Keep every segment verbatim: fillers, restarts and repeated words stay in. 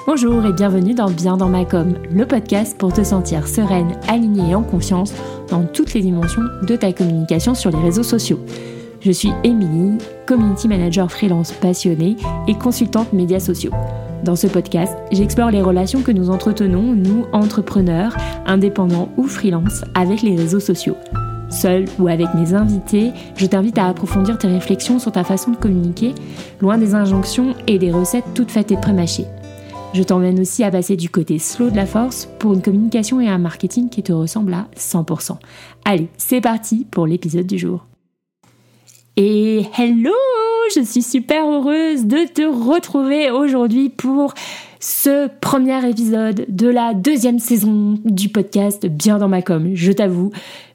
Bonjour et bienvenue dans Bien dans ma com, le podcast pour te sentir sereine, alignée et en confiance dans toutes les dimensions de ta communication sur les réseaux sociaux. Je suis Émilie, community manager freelance passionnée et consultante médias sociaux. Dans ce podcast, j'explore les relations que nous entretenons, nous, entrepreneurs, indépendants ou freelance, avec les réseaux sociaux. Seul ou avec mes invités, je t'invite à approfondir tes réflexions sur ta façon de communiquer, loin des injonctions et des recettes toutes faites et prémâchées. Je t'emmène aussi à passer du côté slow de la force pour une communication et un marketing qui te ressemblent à cent pour cent. Allez, c'est parti pour l'épisode du jour. Et hello, je suis super heureuse de te retrouver aujourd'hui pour ce premier épisode de la deuxième saison du podcast Bien dans ma com. Je t'avoue,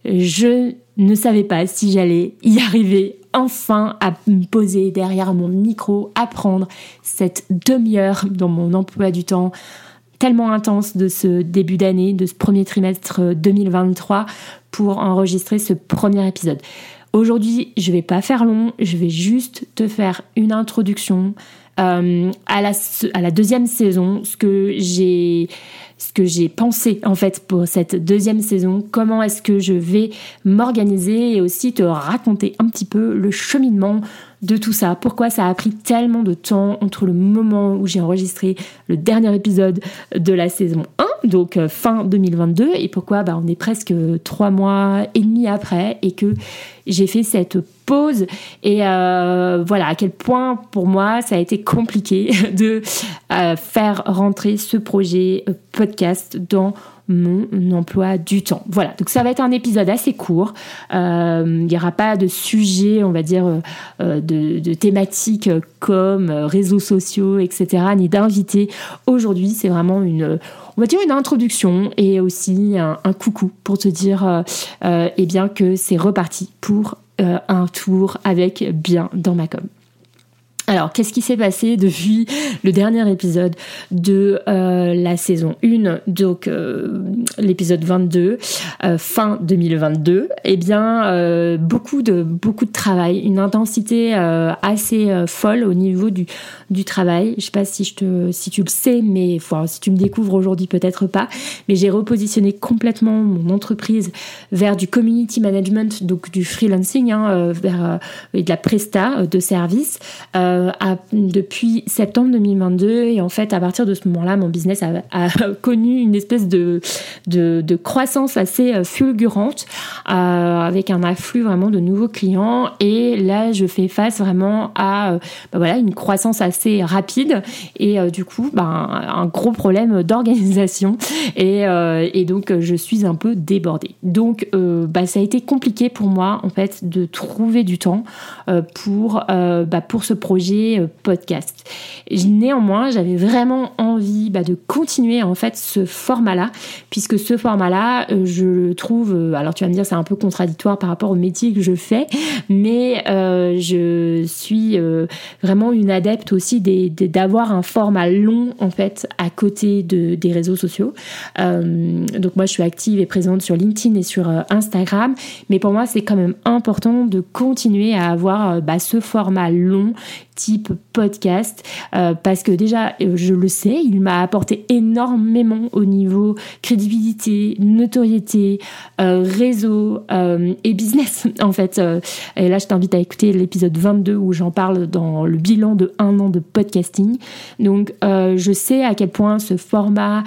je ne savais pas si j'allais y arriver enfin à me poser derrière mon micro, à prendre cette demi-heure dans mon emploi du temps tellement intense de ce début d'année, de ce premier trimestre deux mille vingt-trois pour enregistrer ce premier épisode. Aujourd'hui, je vais pas faire long, je vais juste te faire une introduction euh, à la à la deuxième saison, ce que j'ai ce que j'ai pensé en fait pour cette deuxième saison, comment est-ce que je vais m'organiser et aussi te raconter un petit peu le cheminement de tout ça, pourquoi ça a pris tellement de temps entre le moment où j'ai enregistré le dernier épisode de la saison un, donc euh, fin deux mille vingt-deux, et pourquoi bah, on est presque trois mois et demi après et que j'ai fait cette pause et euh, voilà à quel point pour moi ça a été compliqué de euh, faire rentrer ce projet euh, podcast dans mon emploi du temps. Voilà, donc ça va être un épisode assez court. Euh, il n'y aura pas de sujet, on va dire, euh, de, de thématiques comme euh, réseaux sociaux, et cetera, ni d'invités. Aujourd'hui, c'est vraiment une, on va dire une introduction et aussi un, un coucou pour te dire, euh, euh, eh bien que c'est reparti pour euh, un tour avec Bien dans ma com. Alors, qu'est-ce qui s'est passé depuis le dernier épisode de euh, la saison un, donc euh, l'épisode vingt-deux, euh, fin deux mille vingt-deux? Eh bien, euh, beaucoup de beaucoup de travail, une intensité euh, assez euh, folle au niveau du du travail. Je sais pas si je te si tu le sais, mais enfin, si tu me découvres aujourd'hui, peut-être pas. Mais j'ai repositionné complètement mon entreprise vers du community management, donc du freelancing, hein, euh, vers euh, de la presta de service. Euh, À, depuis septembre deux mille vingt-deux, et en fait à partir de ce moment-là mon business a, a connu une espèce de, de, de croissance assez fulgurante euh, avec un afflux vraiment de nouveaux clients, et là je fais face vraiment à euh, bah voilà, une croissance assez rapide et euh, du coup bah, un, un gros problème d'organisation et, euh, et donc je suis un peu débordée, donc euh, bah, ça a été compliqué pour moi en fait de trouver du temps euh, pour, euh, bah, pour ce projet podcast. Néanmoins, j'avais vraiment envie bah, de continuer en fait ce format-là, puisque ce format-là, euh, je le trouve, euh, alors tu vas me dire c'est un peu contradictoire par rapport au métier que je fais, mais euh, je suis euh, vraiment une adepte aussi des, des, d'avoir un format long en fait à côté de, des réseaux sociaux. Euh, donc moi, je suis active et présente sur LinkedIn et sur euh, Instagram, mais pour moi, c'est quand même important de continuer à avoir euh, bah, ce format long type podcast euh, parce que déjà je le sais, il m'a apporté énormément au niveau crédibilité, notoriété, euh, réseau euh, et business en fait. Euh, et là je t'invite à écouter l'épisode vingt-deux où j'en parle dans le bilan de un an de podcasting. Donc euh, je sais à quel point ce format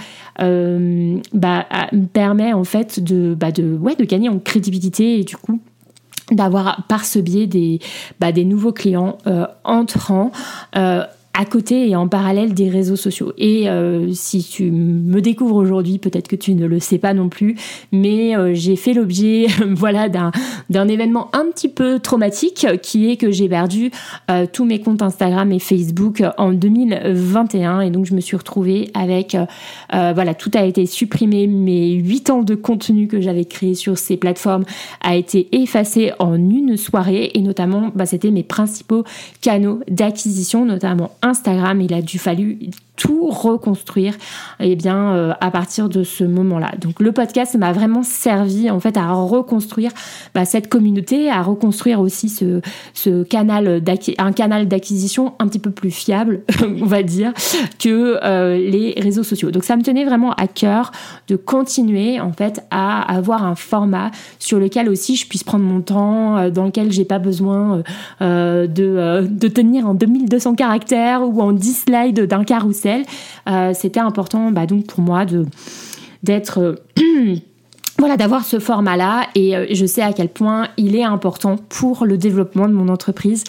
euh, bah, me permet en fait de, bah, de, ouais, de gagner en crédibilité et du coup d'avoir par ce biais des, bah, des nouveaux clients euh, entrants euh, à côté et en parallèle des réseaux sociaux. Et euh, si tu me découvres aujourd'hui, peut-être que tu ne le sais pas non plus, mais euh, j'ai fait l'objet voilà, d'un, d'un événement un petit peu traumatique qui est que j'ai perdu euh, tous mes comptes Instagram et Facebook en deux mille vingt et un, et donc je me suis retrouvée avec, euh, voilà, tout a été supprimé, mes huit ans de contenu que j'avais créé sur ces plateformes a été effacé en une soirée, et notamment, bah, c'était mes principaux canaux d'acquisition, notamment Instagram. Il a dû fallu tout reconstruire eh bien, euh, à partir de ce moment-là. Donc le podcast m'a vraiment servi en fait à reconstruire bah, cette communauté, à reconstruire aussi ce, ce canal un canal d'acquisition un petit peu plus fiable, on va dire, que euh, les réseaux sociaux. Donc ça me tenait vraiment à cœur de continuer en fait à avoir un format sur lequel aussi je puisse prendre mon temps, euh, dans lequel j'ai pas besoin euh, de, euh, de tenir en deux mille deux cents caractères ou en dix slides d'un carrousel. Euh, c'était important bah, donc pour moi de, d'être... Euh, Voilà, d'avoir ce format-là et euh, je sais à quel point il est important pour le développement de mon entreprise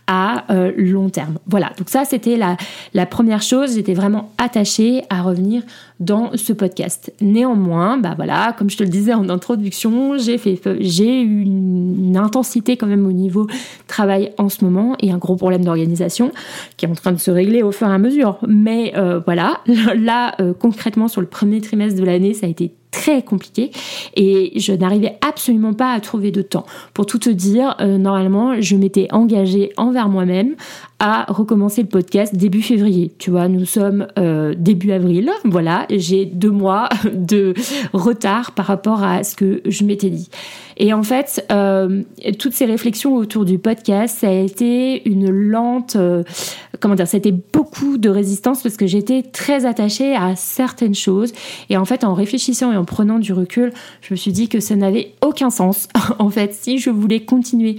à euh, long terme. Voilà, donc ça c'était la, la première chose, j'étais vraiment attachée à revenir dans ce podcast. Néanmoins, bah voilà, comme je te le disais en introduction, j'ai fait, j'ai eu une, une intensité quand même au niveau travail en ce moment et un gros problème d'organisation qui est en train de se régler au fur et à mesure. Mais euh, voilà, là euh, concrètement sur le premier trimestre de l'année, ça a été très compliqué et je n'arrivais absolument pas à trouver de temps. Pour tout te dire, euh, normalement, je m'étais engagée envers moi-même à recommencer le podcast début février. Tu vois, nous sommes euh, début avril, voilà, j'ai deux mois de retard par rapport à ce que je m'étais dit. Et en fait, euh, toutes ces réflexions autour du podcast, ça a été une lente, euh, comment dire, ça a été beaucoup de résistance parce que j'étais très attachée à certaines choses. Et en fait, en réfléchissant et en prenant du recul, je me suis dit que ça n'avait aucun sens. En fait, si je voulais continuer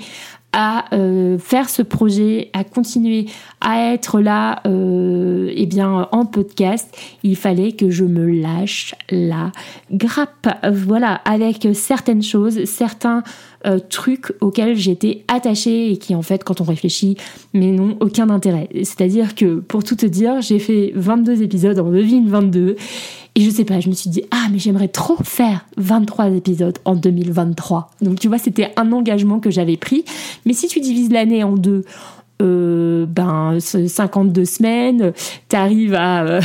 à euh, faire ce projet, à continuer à être là euh, eh bien, en podcast, il fallait que je me lâche la grappe. Voilà, avec certaines choses, certains euh, trucs auxquels j'étais attachée et qui en fait, quand on réfléchit, mais n'ont aucun intérêt. C'est-à-dire que, pour tout te dire, j'ai fait vingt-deux épisodes en deux mille vingt-deux et je sais pas, je me suis dit, ah mais j'aimerais trop faire vingt-trois épisodes en deux mille vingt-trois. Donc tu vois, c'était un engagement que j'avais pris. Mais si tu divises l'année en deux, euh, ben cinquante-deux semaines, t'arrives à, euh,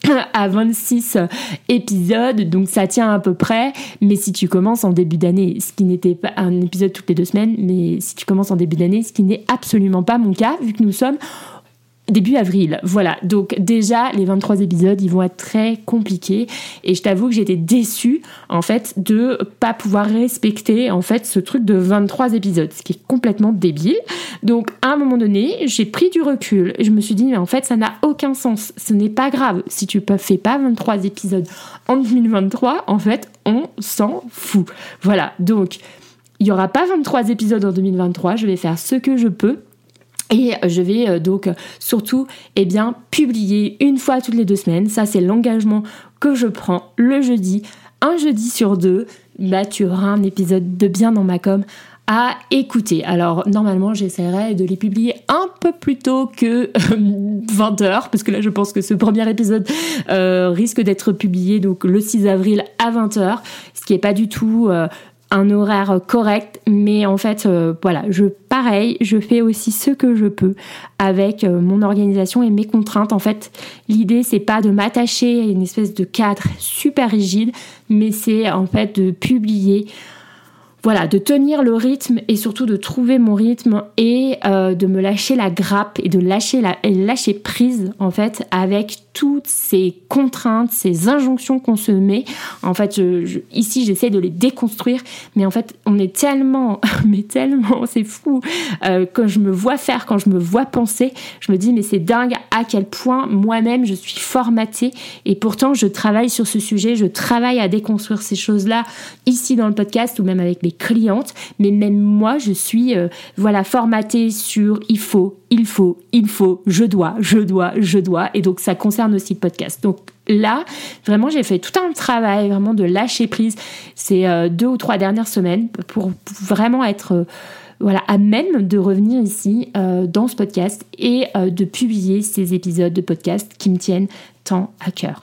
à vingt-six épisodes, donc ça tient à peu près. Mais si tu commences en début d'année, ce qui n'était pas un épisode toutes les deux semaines, mais si tu commences en début d'année, ce qui n'est absolument pas mon cas, vu que nous sommes début avril, voilà. Donc déjà, les vingt-trois épisodes, ils vont être très compliqués. Et je t'avoue que j'étais déçue, en fait, de pas pouvoir respecter, en fait, ce truc de vingt-trois épisodes, ce qui est complètement débile. Donc, à un moment donné, j'ai pris du recul. Et je me suis dit, mais en fait, ça n'a aucun sens. Ce n'est pas grave. Si tu ne fais pas vingt-trois épisodes en deux mille vingt-trois, en fait, on s'en fout. Voilà. Donc, il n'y aura pas vingt-trois épisodes en deux mille vingt-trois. Je vais faire ce que je peux. Et je vais euh, donc surtout eh bien, publier une fois toutes les deux semaines. Ça, c'est l'engagement que je prends le jeudi. Un jeudi sur deux, là, tu auras un épisode de Bien dans ma com à écouter. Alors, normalement, j'essaierai de les publier un peu plus tôt que vingt heures, parce que là, je pense que ce premier épisode euh, risque d'être publié donc le six avril à vingt heures, ce qui n'est pas du tout... Euh, un horaire correct, mais en fait, euh, voilà, je, pareil, je fais aussi ce que je peux avec euh, mon organisation et mes contraintes. En fait, l'idée, c'est pas de m'attacher à une espèce de cadre super rigide, mais c'est en fait de publier, voilà, de tenir le rythme et surtout de trouver mon rythme et euh, de me lâcher la grappe et de lâcher, la, et lâcher prise, en fait, avec toutes ces contraintes, ces injonctions qu'on se met. En fait, je, je, ici, j'essaie de les déconstruire, mais en fait, on est tellement, mais tellement, c'est fou. Euh, quand je me vois faire, quand je me vois penser, je me dis, mais c'est dingue à quel point moi-même, je suis formatée et pourtant, je travaille sur ce sujet, je travaille à déconstruire ces choses-là ici dans le podcast ou même avec mes clientes, mais même moi, je suis, euh, voilà, formatée sur il faut, il faut, il faut, je dois, je dois, je dois, et donc ça concerne aussi le podcast. Donc là, vraiment, j'ai fait tout un travail vraiment de lâcher prise ces euh, deux ou trois dernières semaines pour, pour vraiment être euh, voilà, à même de revenir ici euh, dans ce podcast et euh, de publier ces épisodes de podcast qui me tiennent tant à cœur.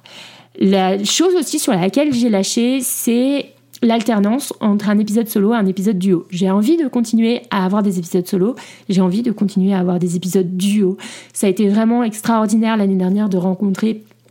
La chose aussi sur laquelle j'ai lâché, c'est l'alternance entre un épisode solo et un épisode duo. J'ai envie de continuer à avoir des épisodes solo, j'ai envie de continuer à avoir des épisodes duo. Ça a été vraiment extraordinaire l'année dernière de rencontrer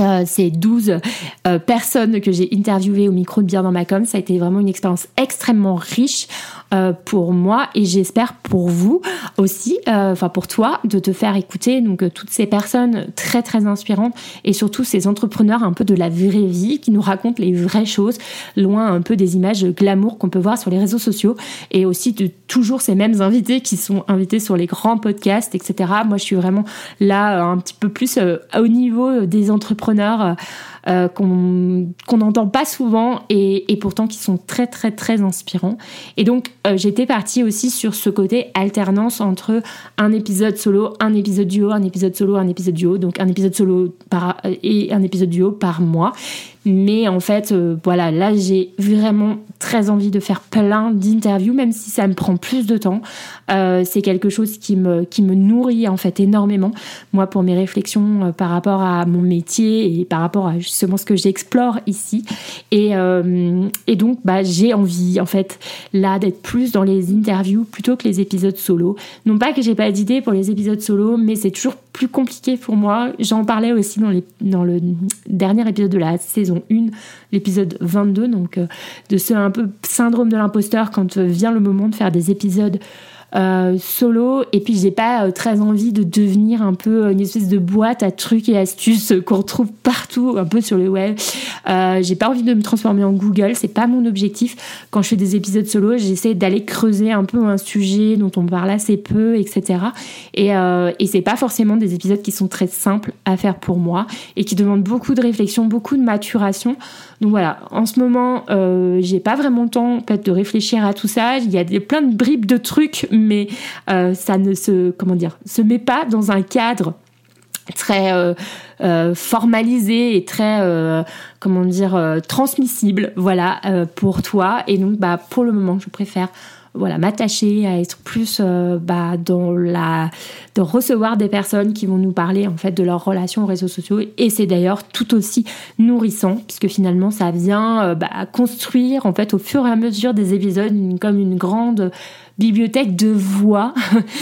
Euh, ces douze euh, personnes que j'ai interviewées au micro de Bien dans ma com. Ça a été vraiment une expérience extrêmement riche euh, pour moi et j'espère pour vous aussi, enfin euh, pour toi, de te faire écouter donc euh, toutes ces personnes très très inspirantes et surtout ces entrepreneurs un peu de la vraie vie qui nous racontent les vraies choses, loin un peu des images glamour qu'on peut voir sur les réseaux sociaux et aussi de toujours ces mêmes invités qui sont invités sur les grands podcasts, et cetera. Moi, je suis vraiment là un petit peu plus euh, au niveau des entrepreneurs entrepreneurs euh, qu'on qu'on n'entend pas souvent et, et pourtant qui sont très très très inspirants. Et donc euh, j'étais partie aussi sur ce côté alternance entre un épisode solo, un épisode duo, un épisode solo, un épisode duo, donc un épisode solo par, et un épisode duo par mois. Mais en fait, euh, voilà, là j'ai vraiment très envie de faire plein d'interviews, même si ça me prend plus de temps. Euh, c'est quelque chose qui me qui me nourrit en fait énormément. Moi, pour mes réflexions euh, par rapport à mon métier et par rapport à justement ce que j'explore ici. Et euh, et donc, bah j'ai envie en fait là d'être plus dans les interviews plutôt que les épisodes solo. Non pas que j'ai pas d'idée pour les épisodes solo, mais c'est toujours plus compliqué pour moi. J'en parlais aussi dans les dans le dernier épisode de la saison un, l'épisode vingt-deux, donc euh, de ce un peu syndrome de l'imposteur quand euh, vient le moment de faire des épisodes euh, solo, et puis j'ai pas euh, très envie de devenir un peu une espèce de boîte à trucs et astuces qu'on retrouve partout un peu sur le web. Euh, j'ai pas envie de me transformer en Google, c'est pas mon objectif. Quand je fais des épisodes solo, j'essaie d'aller creuser un peu un sujet dont on parle assez peu, et cetera. Et, euh, et c'est pas forcément des épisodes qui sont très simples à faire pour moi et qui demandent beaucoup de réflexion, beaucoup de maturation. Donc voilà, en ce moment, euh, j'ai pas vraiment le temps en fait, de réfléchir à tout ça. Il y a des, plein de bribes de trucs, mais euh, ça ne se, comment dire, se met pas dans un cadre très euh, euh, formalisé et très euh, comment dire euh, transmissible, voilà, euh, pour toi. Et donc, bah, pour le moment, je préfère voilà, m'attacher à être plus euh, bah, dans la de recevoir des personnes qui vont nous parler en fait de leurs relations aux réseaux sociaux, et c'est d'ailleurs tout aussi nourrissant puisque finalement ça vient euh, bah, construire en fait au fur et à mesure des épisodes une, comme une grande bibliothèque de voix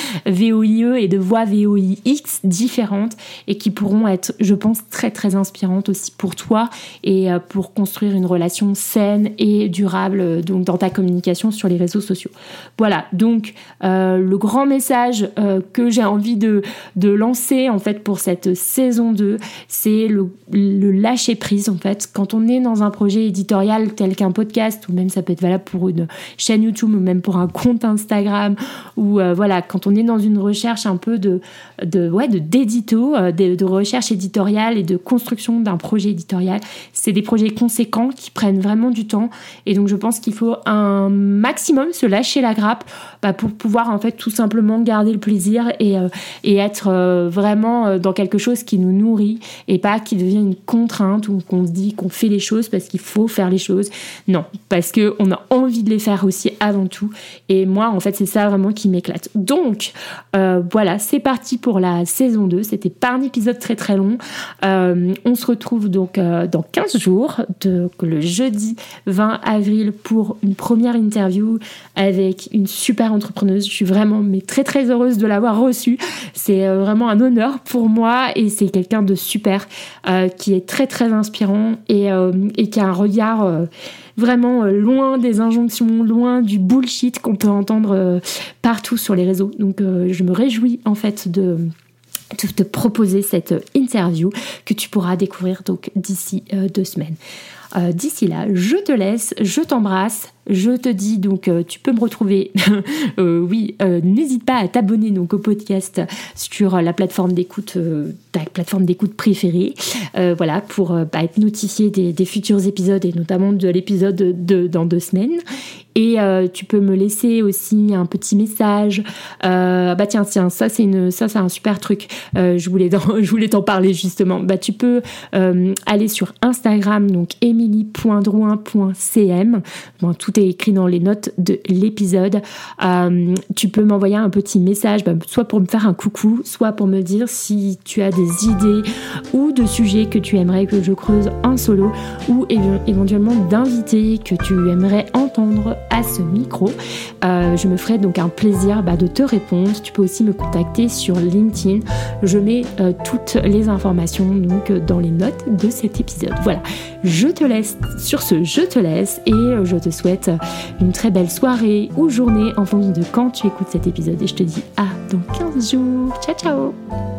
V O I E et de voix V O I X différentes et qui pourront être, je pense, très très inspirantes aussi pour toi et pour construire une relation saine et durable donc dans ta communication sur les réseaux sociaux. Voilà, donc euh, le grand message euh, que j'ai envie de, de lancer en fait pour cette saison deux, c'est le, le lâcher prise en fait. Quand on est dans un projet éditorial tel qu'un podcast, ou même ça peut être valable pour une chaîne YouTube ou même pour un compte Instagram, ou euh, voilà, quand on est dans une recherche un peu de, de ouais, de d'édito, euh, de, de recherche éditoriale et de construction d'un projet éditorial, c'est des projets conséquents qui prennent vraiment du temps, et donc je pense qu'il faut un maximum se lâcher la grappe bah, pour pouvoir en fait tout simplement garder le plaisir et, euh, et être euh, vraiment dans quelque chose qui nous nourrit et pas qui devient une contrainte ou qu'on se dit qu'on fait les choses parce qu'il faut faire les choses. Non, parce qu'on a envie de les faire aussi avant tout, et moi en fait c'est ça vraiment qui m'éclate. Donc euh, voilà, c'est parti pour la saison deux. C'était pas un épisode très très long. Euh, on se retrouve donc euh, dans quinze jours, de, le jeudi vingt avril, pour une première interview avec une super entrepreneuse. Je suis vraiment mais très très heureuse de l'avoir reçue. C'est euh, vraiment un honneur pour moi, et c'est quelqu'un de super euh, qui est très très inspirant et, euh, et qui a un regard euh, vraiment euh, loin des injonctions, loin du bullshit qu'on peut entendre euh, partout sur les réseaux. Donc euh, je me réjouis en fait de de te proposer cette interview que tu pourras découvrir donc d'ici euh, deux semaines. Euh, d'ici là, je te laisse, je t'embrasse. Je te dis donc, euh, tu peux me retrouver, euh, oui, euh, n'hésite pas à t'abonner donc au podcast sur la plateforme d'écoute, euh, ta plateforme d'écoute préférée, euh, voilà, pour euh, bah, être notifié des, des futurs épisodes et notamment de l'épisode de, de, dans deux semaines. Et euh, tu peux me laisser aussi un petit message. Euh, bah tiens, tiens, ça c'est une, ça c'est un super truc. Euh, je voulais, dans, je voulais t'en parler justement. Bah tu peux euh, aller sur Instagram, donc Emily emily point drouin point c m. Bon, tout est écrit dans les notes de l'épisode. Euh, tu peux m'envoyer un petit message, bah, soit pour me faire un coucou, soit pour me dire si tu as des idées ou de sujets que tu aimerais que je creuse en solo, ou éve- éventuellement d'invités que tu aimerais entendre à ce micro. Euh, je me ferai donc un plaisir bah, de te répondre. Tu peux aussi me contacter sur LinkedIn. Je mets euh, toutes les informations donc dans les notes de cet épisode. Voilà, je te laisse. Sur ce, je te laisse et je te souhaite une très belle soirée ou journée en fonction de quand tu écoutes cet épisode. Et je te dis à dans quinze jours. Ciao, ciao!